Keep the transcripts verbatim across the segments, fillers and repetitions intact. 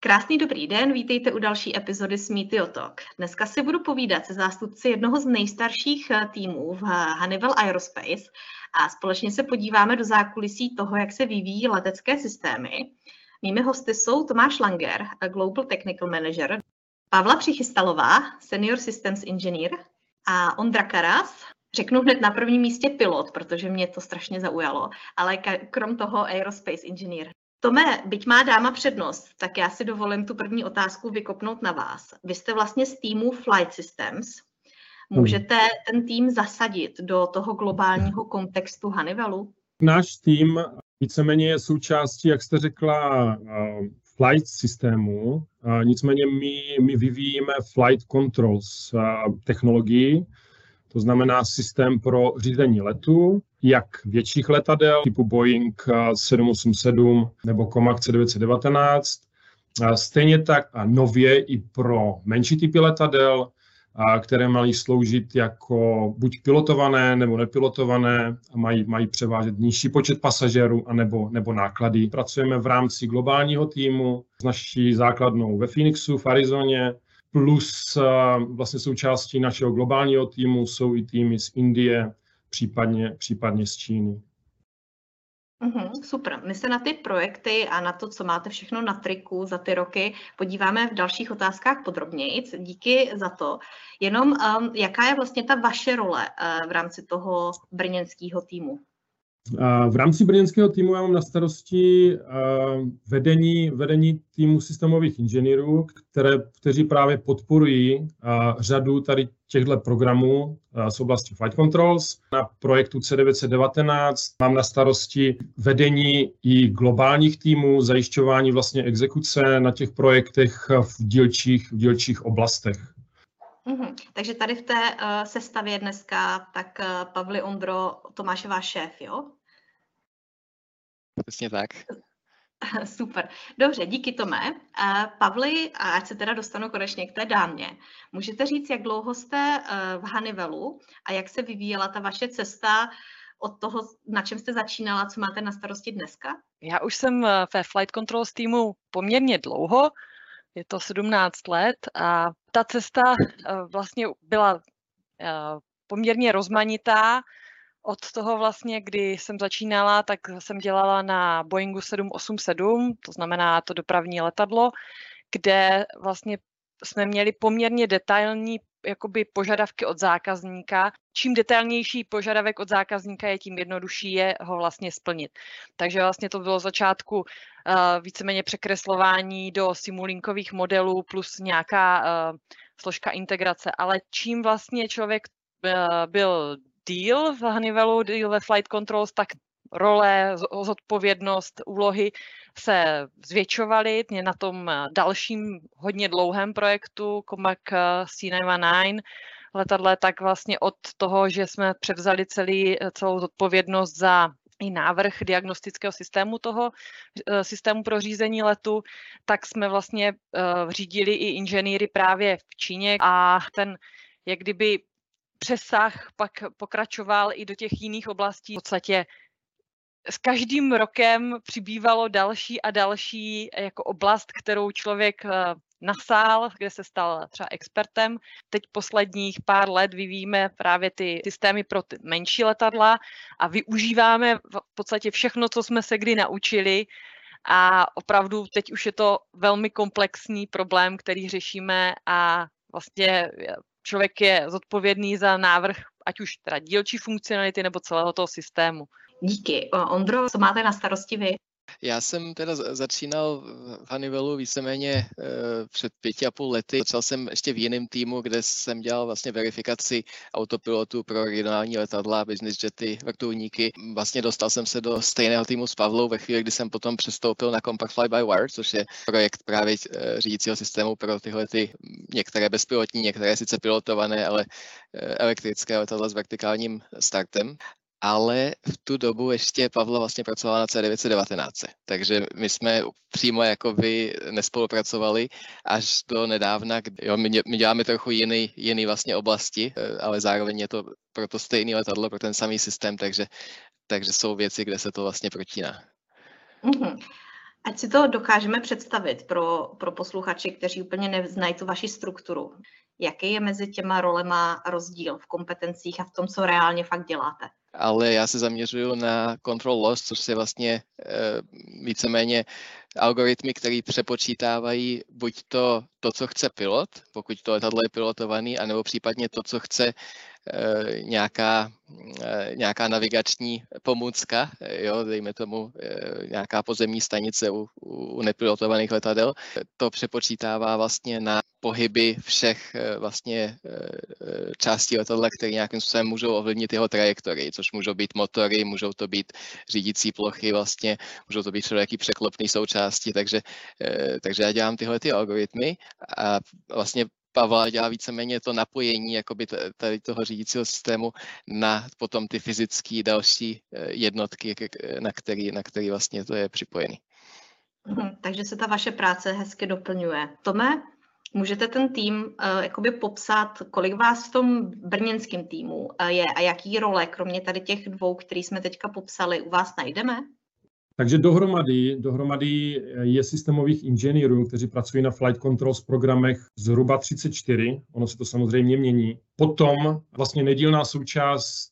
Krásný dobrý den, vítejte u další epizody Smeetyho Talk. Dneska si budu povídat se zástupci jednoho z nejstarších týmů v Honeywell Aerospace a společně se podíváme do zákulisí toho, jak se vyvíjí letecké systémy. Mými hosty jsou Tomáš Langer, Global Technical Manager, Pavla Přichystalová, Senior Systems Engineer a Ondra Karas, řeknu hned na prvním místě pilot, protože mě to strašně zaujalo, ale krom toho Aerospace Engineer. Tome, byť má dáma přednost, tak já si dovolím tu první otázku vykopnout na vás. Vy jste vlastně z týmu Flight Systems. Můžete ten tým zasadit do toho globálního kontextu Honeywellu? Náš tým víceméně je součástí, jak jste řekla, flight systému. Nicméně my, my vyvíjíme flight controls technologii, to znamená systém pro řízení letu, jak větších letadel typu Boeing sedm osm sedm nebo Comac C devět set devatenáct, stejně tak a nově i pro menší typy letadel, které mají sloužit jako buď pilotované nebo nepilotované a mají, mají převážet nižší počet pasažérů anebo, nebo náklady. Pracujeme v rámci globálního týmu s naší základnou ve Phoenixu v Arizoně, plus vlastně součástí našeho globálního týmu jsou i týmy z Indie, případně, případně z Číny. Uhum, super. My se na ty projekty a na to, co máte všechno na triku za ty roky, podíváme v dalších otázkách podrobněji. Díky za to. Jenom um, jaká je vlastně ta vaše role uh, v rámci toho brněnského týmu? V rámci brněnského týmu já mám na starosti vedení, vedení týmu systémových inženýrů, které, kteří právě podporují řadu tady těchto programů z oblasti Flight Controls. Na projektu C devět set devatenáct mám na starosti vedení i globálních týmů, zajišťování vlastně exekuce na těch projektech v dílčích, v dílčích oblastech. Uhum. Takže tady v té uh, sestavě dneska, tak uh, Pavli, Ondro, Tomáš je váš šéf, jo? Přesně tak. Super. Dobře, díky Tome. Uh, Pavli, a ať se teda dostanu konečně k té dámě, můžete říct, jak dlouho jste uh, v Honeywellu a jak se vyvíjela ta vaše cesta od toho, na čem jste začínala, co máte na starosti dneska? Já už jsem ve Flight Controls týmu poměrně dlouho, je to sedmnáct let a ta cesta vlastně byla poměrně rozmanitá. Od toho vlastně, kdy jsem začínala, tak jsem dělala na Boeingu sedm osm sedm, to znamená to dopravní letadlo, kde vlastně jsme měli poměrně detailní jakoby požadavky od zákazníka. Čím detailnější požadavek od zákazníka je, tím jednodušší je ho vlastně splnit. Takže vlastně to bylo začátku uh, víceméně překreslování do simulinkových modelů plus nějaká uh, složka integrace. Ale čím vlastně člověk uh, byl díl v Honeywellu, díl ve Flight Controls, tak role, zodpovědnost, úlohy se zvětšovaly. Mě na tom dalším hodně dlouhém projektu Comac C devět set devatenáct letadle, tak vlastně od toho, že jsme převzali celý, celou zodpovědnost za i návrh diagnostického systému toho systému pro řízení letu, tak jsme vlastně uh, řídili i inženýry právě v Číně a ten jak kdyby přesah pak pokračoval i do těch jiných oblastí. V podstatě s každým rokem přibývalo další a další jako oblast, kterou člověk nasál, kde se stal třeba expertem. Teď posledních pár let vyvíjíme právě ty systémy pro ty menší letadla a využíváme v podstatě všechno, co jsme se kdy naučili. A opravdu teď už je to velmi komplexní problém, který řešíme a vlastně člověk je zodpovědný za návrh, ať už teda dílčí funkcionality nebo celého toho systému. Díky. Ondro, co máte na starosti vy? Já jsem teda začínal v Honeywellu víceméně e, před pěti a půl lety. Začal jsem ještě v jiném týmu, kde jsem dělal vlastně verifikaci autopilotů pro regionální letadla, business jety, vrtulníky. Vlastně dostal jsem se do stejného týmu s Pavlou ve chvíli, kdy jsem potom přestoupil na Compact Fly-by-Wire, což je projekt právě e, řídícího systému pro tyhle ty některé bezpilotní, některé sice pilotované, ale e, elektrické letadla s vertikálním startem. Ale v tu dobu ještě Pavla vlastně pracovala na C devět set devatenáct, takže my jsme přímo jako vy nespolupracovali až do nedávna, kdy, jo, my, my děláme trochu jiný, jiný vlastně oblasti, ale zároveň je to pro to stejné letadlo, pro ten samý systém, takže, takže jsou věci, kde se to vlastně protíná. Mm-hmm. Ať si to dokážeme představit pro, pro posluchači, kteří úplně neznají tu vaši strukturu. Jaký je mezi těma rolema rozdíl v kompetencích a v tom, co reálně fakt děláte? Ale já se zaměřuju na control loss, což je vlastně e, víceméně algoritmy, které přepočítávají buď to, to, co chce pilot, pokud to letadlo je pilotovaný, anebo případně to, co chce e, nějaká, e, nějaká navigační pomůcka, jo, dejme tomu e, nějaká pozemní stanice u, u nepilotovaných letadel. To přepočítává vlastně na pohyby všech e, vlastně e, částí letadla, které nějakým způsobem můžou ovlivnit jeho trajektorii, což můžou být motory, můžou to být řídící plochy, vlastně, můžou to být všelijaký překlopný součásti, takže, e, takže já dělám tyhle ty algoritmy a vlastně Pavel dělá víceméně to napojení jakoby tady toho řídícího systému na potom ty fyzické další jednotky, na který, na který vlastně to je připojený. Mhm, takže se ta vaše práce hezky doplňuje. Tome, můžete ten tým uh, jakoby popsat, kolik vás v tom brněnském týmu uh, je a jaký role, kromě tady těch dvou, který jsme teďka popsali, u vás najdeme? Takže dohromady, dohromady je systémových inženýrů, kteří pracují na flight controls programech zhruba třicet čtyři. Ono se to samozřejmě mění. Potom vlastně nedílná součást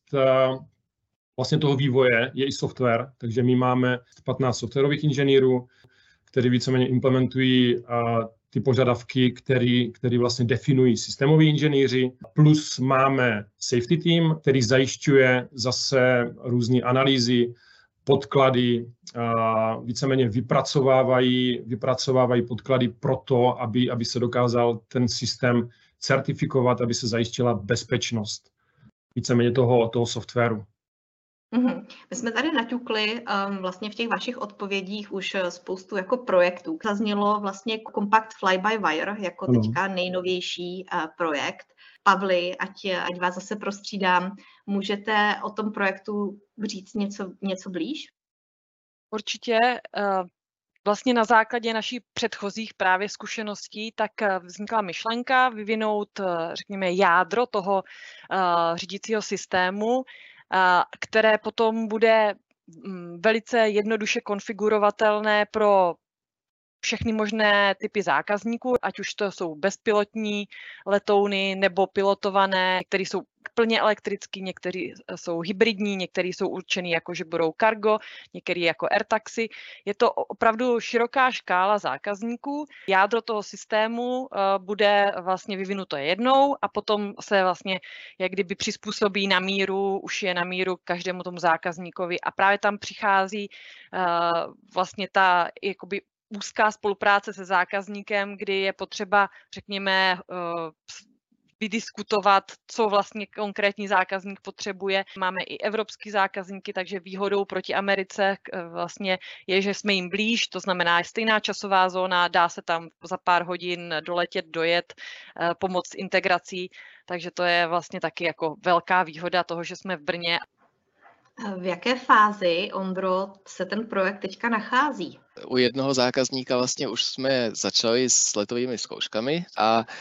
vlastně toho vývoje je i software, takže my máme patnáct softwarových inženýrů, kteří víceméně implementují ty požadavky, který, který vlastně definují systémoví inženýři. Plus máme safety team, který zajišťuje zase různé analýzy, podklady, víceméně vypracovávají, vypracovávají podklady pro to, aby, aby se dokázal ten systém certifikovat, aby se zajistila bezpečnost víceméně toho, toho softwaru. Mm-hmm. My jsme tady naťukli um, vlastně v těch vašich odpovědích už spoustu jako projektů. Zaznělo vlastně Compact Fly-by-Wire jako ano. teďka nejnovější uh, projekt. Pavli, ať, ať vás zase prostřídám, můžete o tom projektu říct něco, něco blíž? Určitě. Vlastně na základě naší předchozích právě zkušeností tak vznikla myšlenka vyvinout, řekněme, jádro toho řídícího systému, které potom bude velice jednoduše konfigurovatelné pro všechny možné typy zákazníků, ať už to jsou bezpilotní letouny nebo pilotované, které jsou plně elektrický, někteří jsou hybridní, někteří jsou určený jako, že budou cargo, některý jako air taxi. Je to opravdu široká škála zákazníků. Jádro toho systému bude vlastně vyvinuto jednou a potom se vlastně jak kdyby přizpůsobí na míru, už je na míru každému tomu zákazníkovi a právě tam přichází vlastně ta jakoby úzká spolupráce se zákazníkem, kdy je potřeba, řekněme, vydiskutovat, co vlastně konkrétní zákazník potřebuje. Máme i evropský zákazníky, takže výhodou proti Americe vlastně je, že jsme jim blíž, to znamená je stejná časová zóna, dá se tam za pár hodin doletět, dojet, pomoct integrací, takže to je vlastně taky jako velká výhoda toho, že jsme v Brně. V jaké fázi, Ondro, se ten projekt teďka nachází? U jednoho zákazníka vlastně už jsme začali s letovými zkouškami a, a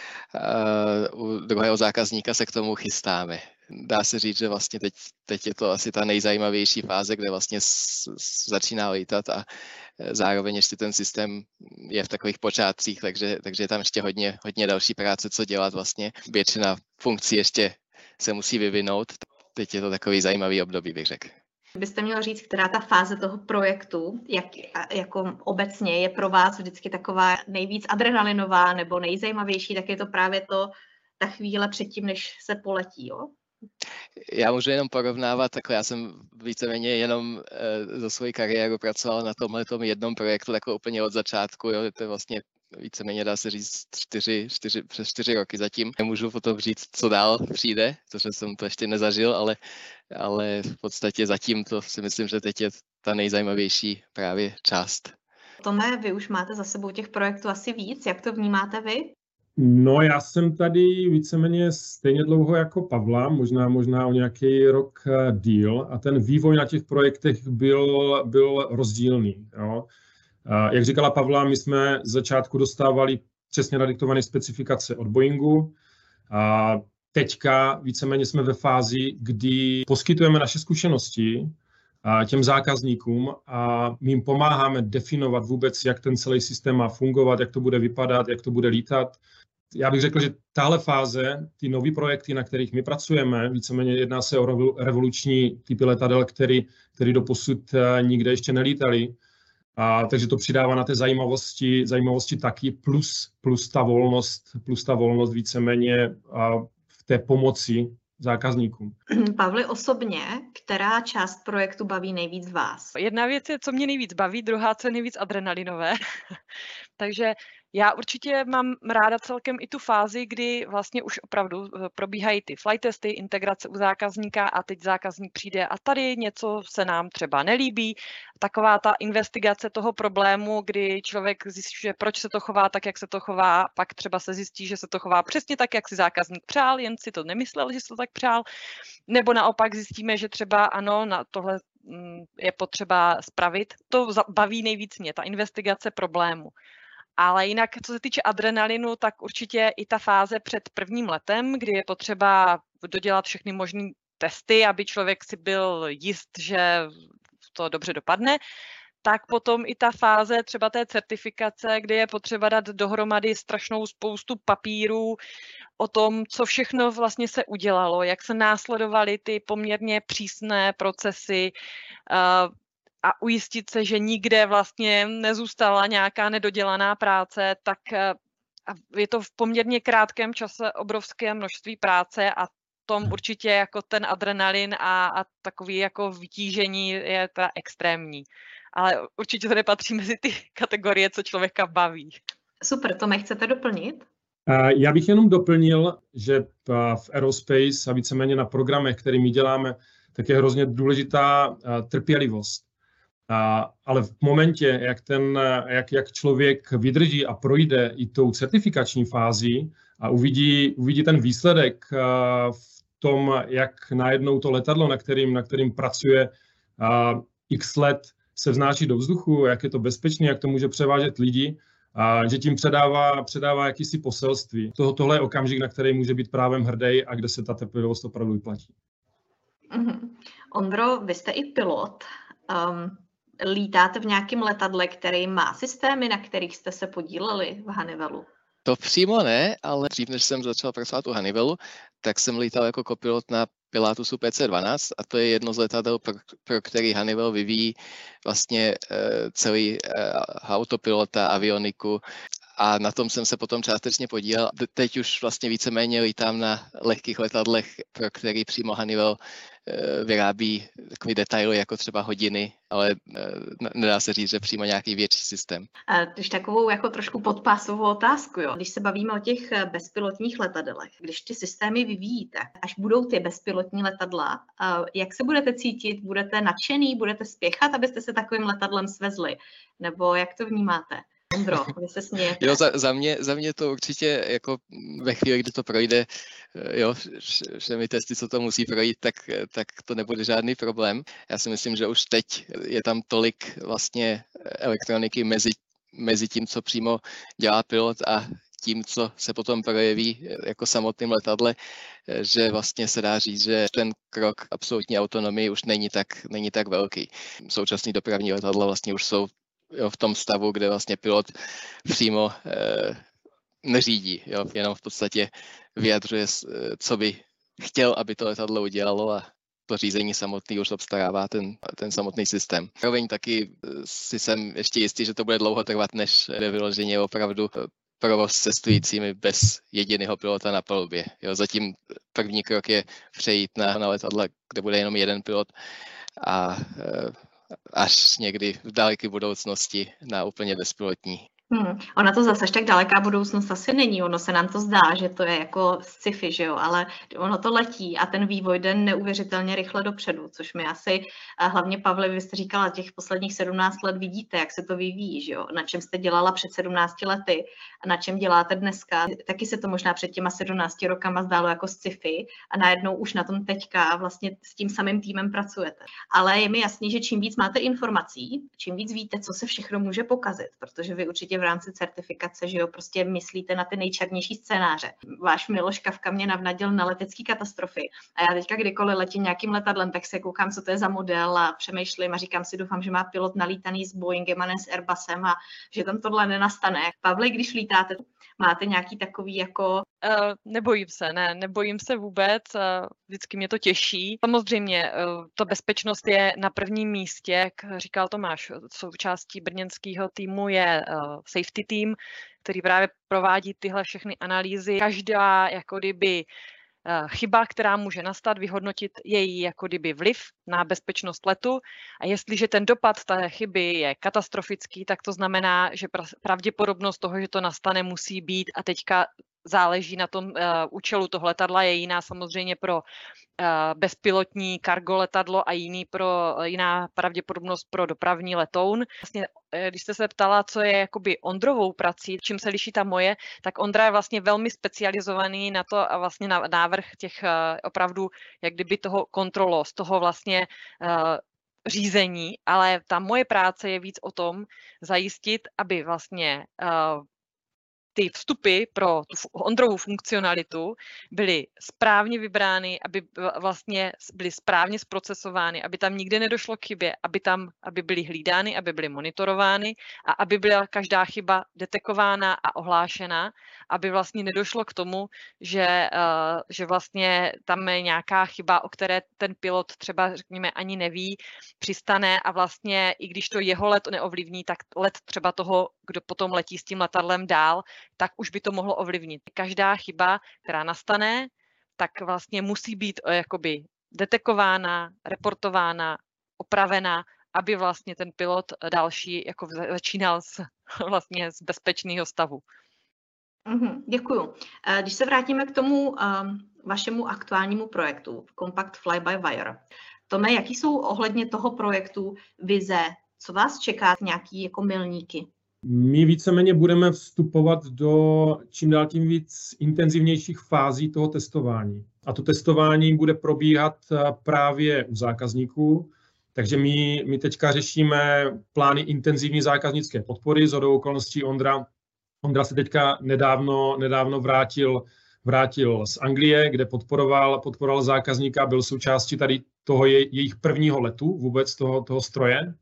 u druhého zákazníka se k tomu chystáme. Dá se říct, že vlastně teď, teď je to asi ta nejzajímavější fáze, kde vlastně s, s, začíná lítat a zároveň ještě ten systém je v takových počátcích, takže, takže je tam ještě hodně, hodně další práce, co dělat vlastně. Většina funkcí ještě se musí vyvinout. Teď je to takový zajímavý období, bych řekl. Byste měl říct, která ta fáze toho projektu, jak, jako obecně je pro vás vždycky taková nejvíc adrenalinová nebo nejzajímavější, tak je to právě to, ta chvíle předtím, než se poletí, jo? Já můžu jenom porovnávat, takhle já jsem víceméně jenom e, za svoji kariéru pracoval na tomhletom jednom projektu, takhle úplně od začátku, jo, to je vlastně víceméně dá se říct čtyři, čtyři, přes čtyři roky zatím. Nemůžu potom říct, co dál přijde, protože jsem to ještě nezažil, ale, ale v podstatě zatím to si myslím, že teď je ta nejzajímavější právě část. Tome, vy už máte za sebou těch projektů asi víc, jak to vnímáte vy? No, já jsem tady víceméně stejně dlouho jako Pavla, možná, možná o nějaký rok díl a ten vývoj na těch projektech byl, byl rozdílný, jo. Jak říkala Pavla, my jsme z začátku dostávali přesně nadiktované specifikace od Boeingu. A teďka víceméně jsme ve fázi, kdy poskytujeme naše zkušenosti těm zákazníkům a my jim pomáháme definovat vůbec, jak ten celý systém má fungovat, jak to bude vypadat, jak to bude lítat. Já bych řekl, že tahle fáze, ty nové projekty, na kterých my pracujeme, víceméně jedná se o revoluční typy letadel, který, který doposud nikde ještě nelítali. A, takže to přidává na té zajímavosti, zajímavosti taky, plus, plus, ta volnost, plus ta volnost víceméně a, v té pomoci zákazníkům. Pavli, osobně, která část projektu baví nejvíc vás? Jedna věc je, co mě nejvíc baví, druhá, co je nejvíc adrenalinové. Takže já určitě mám ráda celkem i tu fázi, kdy vlastně už opravdu probíhají ty flight testy, integrace u zákazníka a teď zákazník přijde a tady něco se nám třeba nelíbí. Taková ta investigace toho problému, kdy člověk zjistí, proč se to chová tak, jak se to chová, pak třeba se zjistí, že se to chová přesně tak, jak si zákazník přál, jen si to nemyslel, že se to tak přál. Nebo naopak zjistíme, že třeba ano, na tohle je potřeba spravit. To baví nejvíc mě, ta investigace problému. Ale jinak, co se týče adrenalinu, tak určitě i ta fáze před prvním letem, kdy je potřeba dodělat všechny možné testy, aby člověk si byl jist, že to dobře dopadne, tak potom i ta fáze třeba té certifikace, kdy je potřeba dát dohromady strašnou spoustu papírů o tom, co všechno vlastně se udělalo, jak se následovaly ty poměrně přísné procesy, uh, a ujistit se, že nikde vlastně nezůstala nějaká nedodělaná práce, tak je to v poměrně krátkém čase obrovské množství práce a tom určitě jako ten adrenalin a, a takový jako vytížení je teda extrémní. Ale určitě to nepatří mezi ty kategorie, co člověka baví. Super, Tome, chcete doplnit? Já bych jenom doplnil, že v Aerospace a víceméně na programech, kterými děláme, tak je hrozně důležitá trpělivost. A, ale v momentě, jak, ten, jak, jak člověk vydrží a projde i tou certifikační fází a uvidí, uvidí ten výsledek v tom, jak najednou to letadlo, na kterým, na kterým pracuje a, x let, se vznáší do vzduchu, jak je to bezpečné, jak to může převážet lidi, a že tím předává, předává jakýsi poselství. Toho, tohle je okamžik, na který může být právem hrdý a kde se ta trpělivost opravdu vyplatí. Mm-hmm. Ondro, vy jste i pilot. Um, lítáte v nějakém letadle, který má systémy, na kterých jste se podíleli v Honeywellu? To přímo ne, ale dřív, než jsem začal pracovat u Honeywellu, tak jsem lítal jako kopilot na Pilatusu P C dvanáct a to je jedno z letadel, pro, pro který Honeywell vyvíjí vlastně uh, celý uh, autopilota, avioniku a na tom jsem se potom částečně podílel. Teď už vlastně víceméně lítám na lehkých letadlech, pro který přímo Honeywell uh, vyrábí takový detaily jako třeba hodiny, ale uh, nedá se říct, že přímo nějaký větší systém. Když takovou jako trošku podpásovou otázku, jo. Když se bavíme o těch bezpilotních letadlech, když ty systémy vyvíjíte, až budou ty bezpilotní letadla, jak se budete cítit? Budete nadšený? Budete spěchat, abyste se takovým letadlem svezli? Nebo jak to vnímáte? Ondro, vy se smějete. Jo, za, za, mě, za mě to určitě jako ve chvíli, kdy to projde, jo, všemi testy, co to musí projít, tak, tak to nebude žádný problém. Já si myslím, že už teď je tam tolik vlastně elektroniky mezi, mezi tím, co přímo dělá pilot a tím, co se potom projeví jako samotným letadle, že vlastně se dá říct, že ten krok absolutní autonomii už není tak, není tak velký. Současný dopravní letadla vlastně už jsou jo, v tom stavu, kde vlastně pilot přímo eh, neřídí, jo, jenom v podstatě vyjadřuje, co by chtěl, aby to letadlo udělalo a to řízení samotný už obstarává ten, ten samotný systém. Zároveň taky si jsem ještě jistý, že to bude dlouho trvat, než bude vyloženě opravdu provoz s cestujícími bez jediného pilota na palubě. Jo, zatím první krok je přejít na, na letadla, kde bude jenom jeden pilot a eh, až někdy v daleké budoucnosti na úplně bezpilotní. Hmm. Ona to zase až tak daleká budoucnost asi není, ono se nám to zdá, že to je jako sci-fi, že jo, ale ono to letí a ten vývoj jde neuvěřitelně rychle dopředu, což mi asi, hlavně Pavle, vy jste říkala, těch posledních sedmnáct let vidíte, jak se to vyvíjí, že jo, na čem jste dělala před sedmnácti lety a na čem děláte dneska, taky se to možná před těma sedmnácti rokama zdálo jako sci-fi a najednou už na tom teďka vlastně s tím samým týmem pracujete. Ale je mi jasný, že čím víc máte informací, čím víc víte, co se všechno může pokazit, protože vy určitě v v rámci certifikace, že jo, prostě myslíte na ty nejčernější scénáře. Váš Miloš Kavka mě navnadil na letecké katastrofy a já teďka kdykoliv letím nějakým letadlem, tak se koukám, co to je za model a přemýšlím a říkám si, doufám, že má pilot nalítaný s Boeingem a ne s Airbusem a že tam tohle nenastane. Pavle, když lítáte, máte nějaký takový jako... Uh, nebojím se, ne, nebojím se vůbec, uh, vždycky mě to těší. Samozřejmě, uh, to bezpečnost je na prvním místě, jak říkal Tomáš, součástí brněnského týmu je uh, safety team, který právě provádí tyhle všechny analýzy. Každá jako kdyby chyba, která může nastat, vyhodnotit její jako kdyby vliv na bezpečnost letu a jestliže ten dopad té chyby je katastrofický, tak to znamená, že pravděpodobnost toho, že to nastane, musí být a teďka záleží na tom uh, účelu toho letadla, je jiná samozřejmě pro uh, bezpilotní cargo letadlo a jiný pro, uh, jiná pravděpodobnost pro dopravní letoun. Vlastně, uh, když jste se ptala, co je jakoby Ondrovou prací, čím se liší ta moje, tak Ondra je vlastně velmi specializovaný na to a vlastně na návrh těch uh, opravdu jak kdyby toho kontrolo, z toho vlastně uh, řízení, ale ta moje práce je víc o tom zajistit, aby vlastně uh, ty vstupy pro tu Ondrovu funkcionalitu byly správně vybrány, aby vlastně byly správně zprocesovány, aby tam nikde nedošlo k chybě, aby tam aby byly hlídány, aby byly monitorovány a aby byla každá chyba detekována a ohlášena, aby vlastně nedošlo k tomu, že, uh, že vlastně tam je nějaká chyba, o které ten pilot třeba, řekněme, ani neví, přistane a vlastně i když to jeho let neovlivní, tak let třeba toho, kdo potom letí s tím letadlem dál, tak už by to mohlo ovlivnit. Každá chyba, která nastane, tak vlastně musí být jakoby detekována, reportována, opravena, aby vlastně ten pilot další jako začínal z, vlastně z bezpečného stavu. Mm-hmm, děkuju. Když se vrátíme k tomu um, vašemu aktuálnímu projektu Compact Fly-by-Wire. Tome, jaký jsou ohledně toho projektu vize? Co vás čeká, nějaký jako milníky? My víceméně budeme vstupovat do čím dál tím víc intenzivnějších fází toho testování. A to testování bude probíhat právě u zákazníků. Takže my, my teďka řešíme plány intenzivní zákaznické podpory. Shodou okolností Ondra, Ondra se teďka nedávno, nedávno vrátil, vrátil z Anglie, kde podporoval, podporoval zákazníka, byl součástí tady toho je, jejich prvního letu, vůbec toho, toho stroje.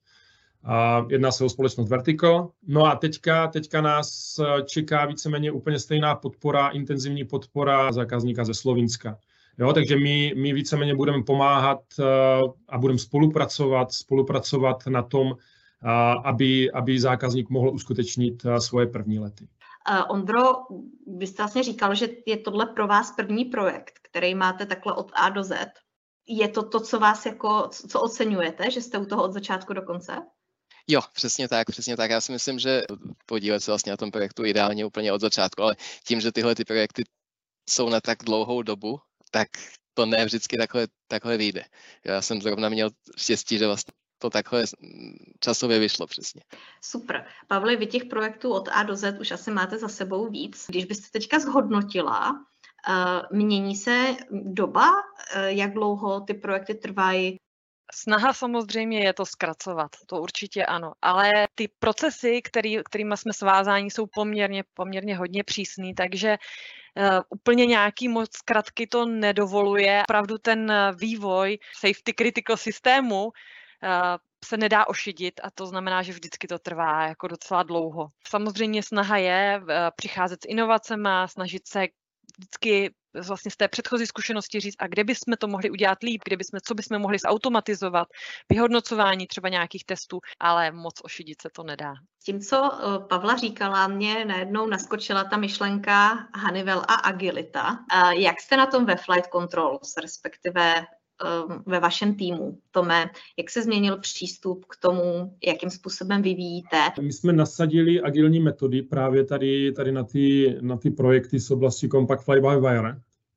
A jedná se o společnost Vertical. No a teďka, teďka nás čeká víceméně úplně stejná podpora, intenzivní podpora zákazníka ze Slovinska. Jo, takže my, my víceméně budeme pomáhat a budeme spolupracovat, spolupracovat na tom, aby, aby zákazník mohl uskutečnit svoje první lety. Uh, Ondro, vy jste vlastně říkal, že je tohle pro vás první projekt, který máte takhle od A do Z. Je to to, co vás jako, co oceňujete, že jste u toho od začátku do konce? Jo, přesně tak, přesně tak. Já si myslím, že podílet se vlastně na tom projektu ideálně úplně od začátku, ale tím, že tyhle ty projekty jsou na tak dlouhou dobu, tak to ne vždycky takhle, takhle vyjde. Já jsem zrovna měl štěstí, že vlastně to takhle časově vyšlo přesně. Super. Pavle, vy těch projektů od A do Z už asi máte za sebou víc. Když byste teďka zhodnotila, mění se doba, jak dlouho ty projekty trvají? Snaha samozřejmě je to zkracovat, to určitě ano, ale ty procesy, který, kterými jsme svázáni, jsou poměrně, poměrně hodně přísný, takže uh, úplně nějaký moc zkratky to nedovoluje. Opravdu ten vývoj safety critical systému uh, se nedá ošidit a to znamená, že vždycky to trvá jako docela dlouho. Samozřejmě snaha je uh, přicházet s inovacemi, snažit se vždycky vlastně z té předchozí zkušenosti říct, a kde bychom to mohli udělat líp, kde bychom, co bychom mohli zautomatizovat, vyhodnocování třeba nějakých testů, ale moc ošidit se to nedá. S tím, co Pavla říkala, mě najednou naskočila ta myšlenka Honeywell a agilita. Jak jste na tom ve Flight Controls, respektive ve vašem týmu? Tome, jak se změnil přístup k tomu, jakým způsobem vyvíjíte? My jsme nasadili agilní metody právě tady, tady na, ty, na ty projekty z oblasti Compact Fly-by-Wire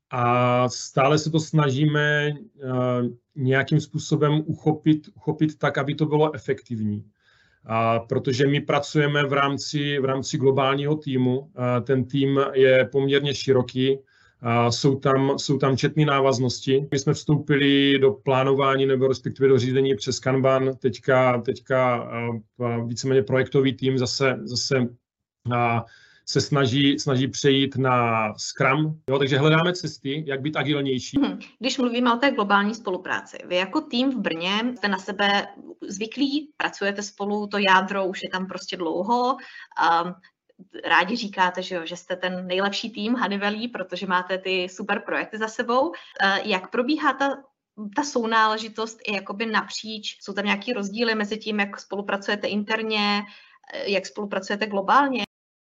a stále se to snažíme uh, nějakým způsobem uchopit, uchopit tak, aby to bylo efektivní. A protože my pracujeme v rámci, v rámci globálního týmu, a ten tým je poměrně široký, a jsou tam, jsou tam četné návaznosti. My jsme vstoupili do plánování nebo respektive do řízení přes Kanban. Teďka, teďka víceméně projektový tým zase, zase a se snaží, snaží přejít na Scrum. Jo, takže hledáme cesty, jak být agilnější. Když mluvíme o té globální spolupráci, vy jako tým v Brně jste na sebe zvyklí, pracujete spolu, to jádro už je tam prostě dlouho. Um, rádi říkáte, že, jo, že jste ten nejlepší tým Honeywellí, protože máte ty super projekty za sebou. Uh, jak probíhá ta ta sounáležitost i jakoby napříč? Jsou tam nějaké rozdíly mezi tím, jak spolupracujete interně, jak spolupracujete globálně?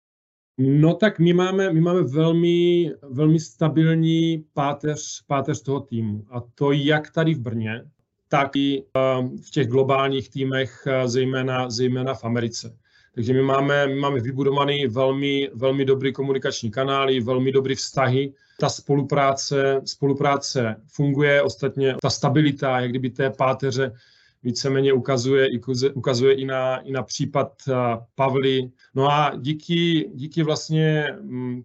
No tak my máme, my máme velmi, velmi stabilní páteř, páteř toho týmu. A to jak tady v Brně, tak i v těch globálních týmech, zejména, zejména v Americe. Takže my máme, my máme vybudovaný velmi, velmi dobrý komunikační kanály, velmi dobrý vztahy. Ta spolupráce, spolupráce funguje, ostatně ta stabilita, jak kdyby té páteře víceméně ukazuje, ukazuje i na, i na případ Pavly. No a díky, díky vlastně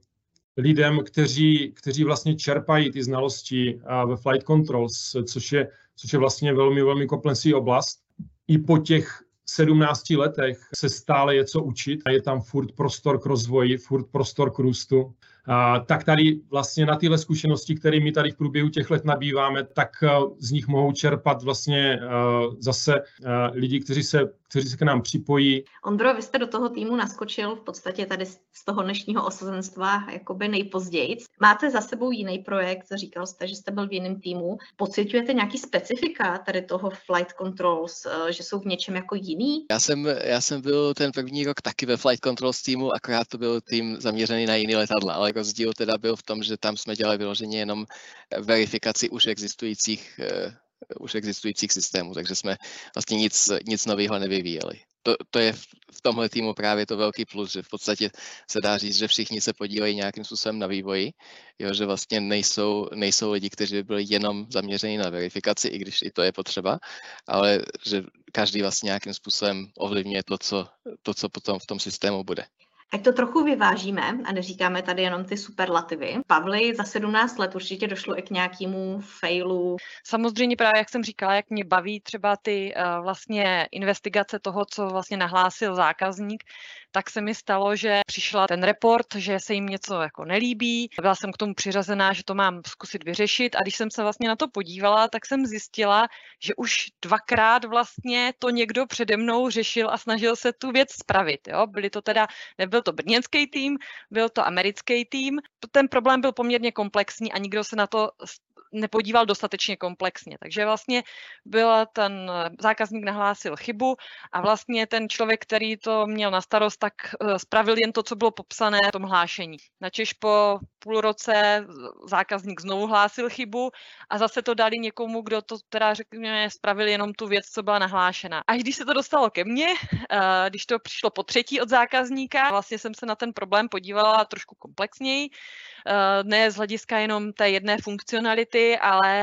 lidem, kteří, kteří vlastně čerpají ty znalosti ve Flight Controls, což je, což je vlastně velmi, velmi komplexní oblast. I po těch sedmnácti letech se stále je co učit a je tam furt prostor k rozvoji, furt prostor k růstu. A, tak tady vlastně na tyhle zkušenosti, které my tady v průběhu těch let nabýváme, tak z nich mohou čerpat vlastně uh, zase uh, lidi, kteří se, kteří se k nám připojí. Ondro, vy jste do toho týmu naskočil v podstatě tady z toho dnešního osazenstva jakoby nejpozději. Máte za sebou jiný projekt, říkal jste, že jste byl v jiném týmu. Pociťujete nějaký specifika tady toho Flight Controls, uh, že jsou v něčem jako jiný? Já jsem, já jsem byl ten první rok taky ve Flight Controls týmu, akorát to byl tým zaměřený na jiný letadla, ale rozdíl teda byl v tom, že tam jsme dělali vyloženě jenom verifikaci už existujících, uh, už existujících systémů, takže jsme vlastně nic, nic nového nevyvíjeli. To, to je v tomhle týmu právě to velký plus, že v podstatě se dá říct, že všichni se podílejí nějakým způsobem na vývoji, jo, že vlastně nejsou, nejsou lidi, kteří by byli jenom zaměření na verifikaci, i když i to je potřeba, ale že každý vlastně nějakým způsobem ovlivňuje to, co, to, co potom v tom systému bude. Ať to trochu vyvážíme a neříkáme tady jenom ty superlativy. Pavli, za sedmnáct let určitě došlo i k nějakému failu. Samozřejmě právě, jak jsem říkala, jak mě baví třeba ty uh, vlastně investigace toho, co vlastně nahlásil zákazník, tak se mi stalo, že přišla ten report, že se jim něco jako nelíbí. Byla jsem k tomu přiřazená, že to mám zkusit vyřešit a když jsem se vlastně na to podívala, tak jsem zjistila, že už dvakrát vlastně to někdo přede mnou řešil a snažil se tu věc spravit. Jo? Byly to teda, nebyl to brněnský tým, byl to americký tým. Ten problém byl poměrně komplexní a nikdo se na to nepodíval dostatečně komplexně. Takže vlastně byl ten zákazník nahlásil chybu a vlastně ten člověk, který to měl na starost, tak spravil jen to, co bylo popsané v tom hlášení. Načež po půl roce zákazník znovu hlásil chybu a zase to dali někomu, kdo to teda řekněme spravil jenom tu věc, co byla nahlášena. Až když se to dostalo ke mně, když to přišlo po třetí od zákazníka, vlastně jsem se na ten problém podívala trošku komplexněji, ne z hlediska jenom té jedné funkcionality, ale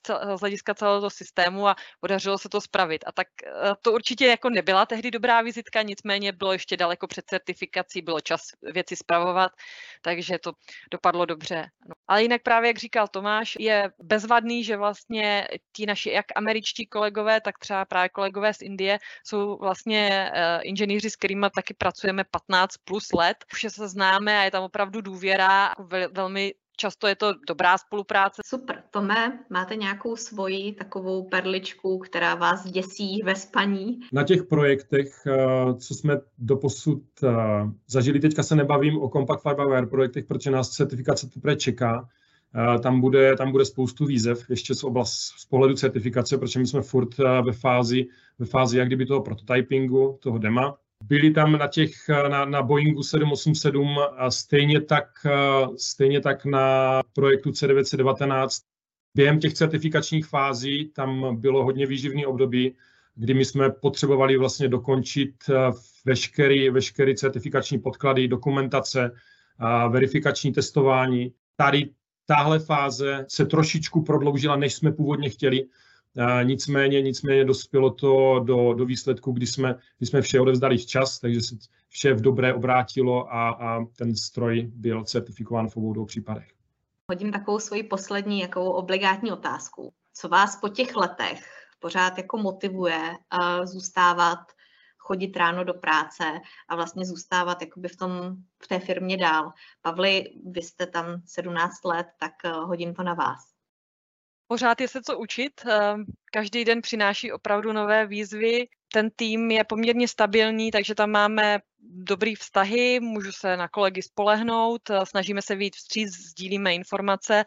z hlediska celého toho systému a podařilo se to spravit. A tak to určitě jako nebyla tehdy dobrá vizitka, nicméně bylo ještě daleko před certifikací, bylo čas věci spravovat, takže to dopadlo dobře. No. Ale jinak právě, jak říkal Tomáš, je bezvadný, že vlastně ti naši jak američtí kolegové, tak třeba právě kolegové z Indie jsou vlastně uh, inženýři, s kterými taky pracujeme patnáct plus let. Už se známe a je tam opravdu důvěra, vel, velmi často je to dobrá spolupráce. Super. Tome, máte nějakou svoji takovou perličku, která vás děsí ve spaní? Na těch projektech, co jsme doposud zažili, teďka se nebavím o Compact Fly-by-Wire projektech, protože nás certifikace teprve čeká. Tam bude, tam bude spoustu výzev ještě z, oblast, z pohledu certifikace, protože my jsme furt ve fázi, ve fázi jak kdyby toho prototypingu, toho dema. Byli tam na, těch, na, na Boeingu sedm osm sedm a stejně tak, stejně tak na projektu C devět set devatenáct. Během těch certifikačních fází tam bylo hodně výživný období, kdy my jsme potřebovali vlastně dokončit veškerý, veškerý certifikační podklady, dokumentace, verifikační testování. Tady tahle fáze se trošičku prodloužila, než jsme původně chtěli. Nicméně, nicméně dospělo to do, do výsledku, kdy jsme, kdy jsme vše odevzdali včas, takže se vše v dobré obrátilo a, a ten stroj byl certifikován v obou dvou případech. Hodím takovou svoji poslední jakou obligátní otázku. Co vás po těch letech pořád jako motivuje uh, zůstávat chodit ráno do práce a vlastně zůstávat jakoby v, tom, v té firmě dál. Pavli, vy jste tam sedmnáct let, tak hodím to na vás. Pořád je se co učit, každý den přináší opravdu nové výzvy. Ten tým je poměrně stabilní, takže tam máme dobrý vztahy, můžu se na kolegy spolehnout, snažíme se vyjít vstříc, sdílíme informace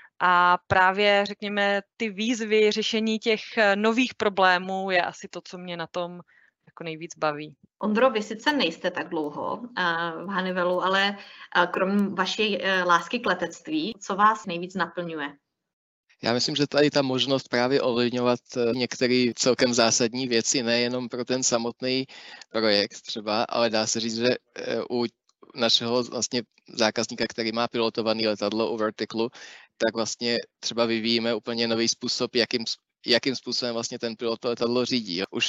a právě, řekněme, ty výzvy, řešení těch nových problémů je asi to, co mě na tom jako nejvíc baví. Ondro, vy sice nejste tak dlouho v Honeywellu, ale kromě vaší lásky k letectví, co vás nejvíc naplňuje? Já myslím, že tady ta možnost právě ovlivňovat některé celkem zásadní věci, nejenom pro ten samotný projekt třeba, ale dá se říct, že u našeho vlastně zákazníka, který má pilotované letadlo u Verticlu, tak vlastně třeba vyvíjíme úplně nový způsob, jakým, jakým způsobem vlastně ten pilot to letadlo řídí. Už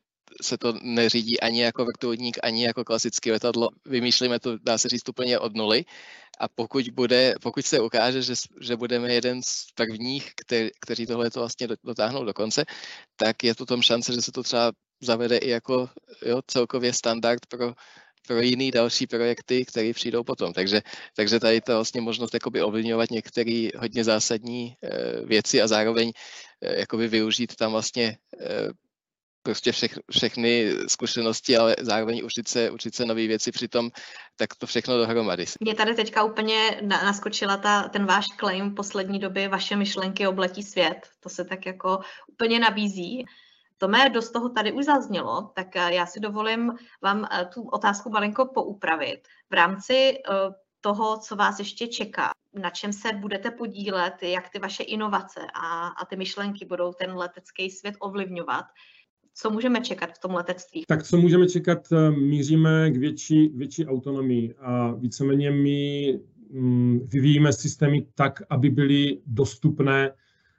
se to neřídí ani jako vrtulník, ani jako klasické letadlo. Vymýšlíme to, dá se říct, úplně od nuly. A pokud, bude, pokud se ukáže, že, že budeme jeden z prvních, který, kteří tohle to vlastně dotáhnou do konce, tak je to tom šance, že se to třeba zavede i jako jo, celkově standard pro, pro jiný další projekty, které přijdou potom. Takže, takže tady ta vlastně možnost jakoby ovlivňovat některé hodně zásadní e, věci a zároveň e, jakoby využít tam vlastně e, prostě všech, všechny zkušenosti, ale zároveň učit se, učit se nové věci přitom, tak to všechno dohromady. Mě tady teďka úplně naskočila ta, ten váš claim v poslední době, vaše myšlenky obletí svět. To se tak jako úplně nabízí. To mé dost toho tady už zaznělo, tak já si dovolím vám tu otázku malinko poupravit. V rámci toho, co vás ještě čeká, na čem se budete podílet, jak ty vaše inovace a, a ty myšlenky budou ten letecký svět ovlivňovat, co můžeme čekat v tom letectví? Tak co můžeme čekat, míříme k větší, větší autonomii a víceméně my mm, vyvíjíme systémy tak, aby byly dostupné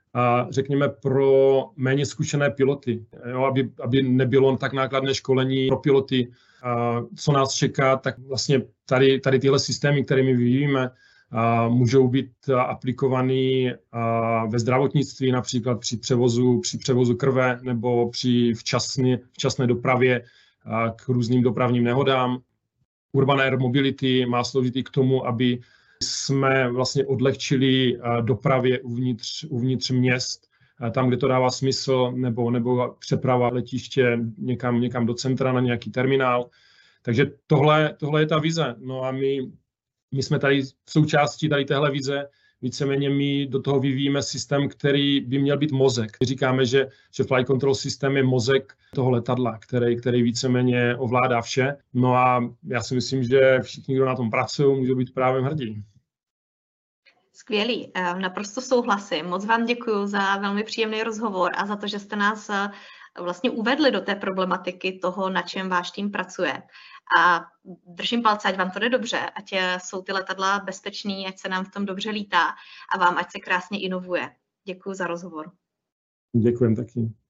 a řekněme pro méně zkušené piloty, jo, aby, aby nebylo tak nákladné školení pro piloty. A co nás čeká, tak vlastně tady, tady tyhle systémy, které my vyvíjíme, a můžou být aplikovaný ve zdravotnictví, například při převozu, při převozu krve nebo při včasné, včasné dopravě k různým dopravním nehodám. Urban Air Mobility má sloužit i k tomu, aby jsme vlastně odlehčili dopravě uvnitř, uvnitř měst, tam, kde to dává smysl, nebo, nebo přeprava letiště někam, někam do centra na nějaký terminál. Takže tohle, tohle je ta vize. No a my My jsme tady v součástí tady téhle vize, víceméně my do toho vyvíjíme systém, který by měl být mozek. Říkáme, že, že flight control systém je mozek toho letadla, který, který víceméně ovládá vše. No a já si myslím, že všichni, kdo na tom pracují, můžou být právě hrdí. Skvělý, naprosto souhlasím. Moc vám děkuji za velmi příjemný rozhovor a za to, že jste nás vlastně uvedli do té problematiky toho, na čem váš tým pracuje. A držím palce, ať vám to jde dobře, ať jsou ty letadla bezpečný, ať se nám v tom dobře lítá a vám, ať se krásně inovuje. Děkuji za rozhovor. Děkujem taky.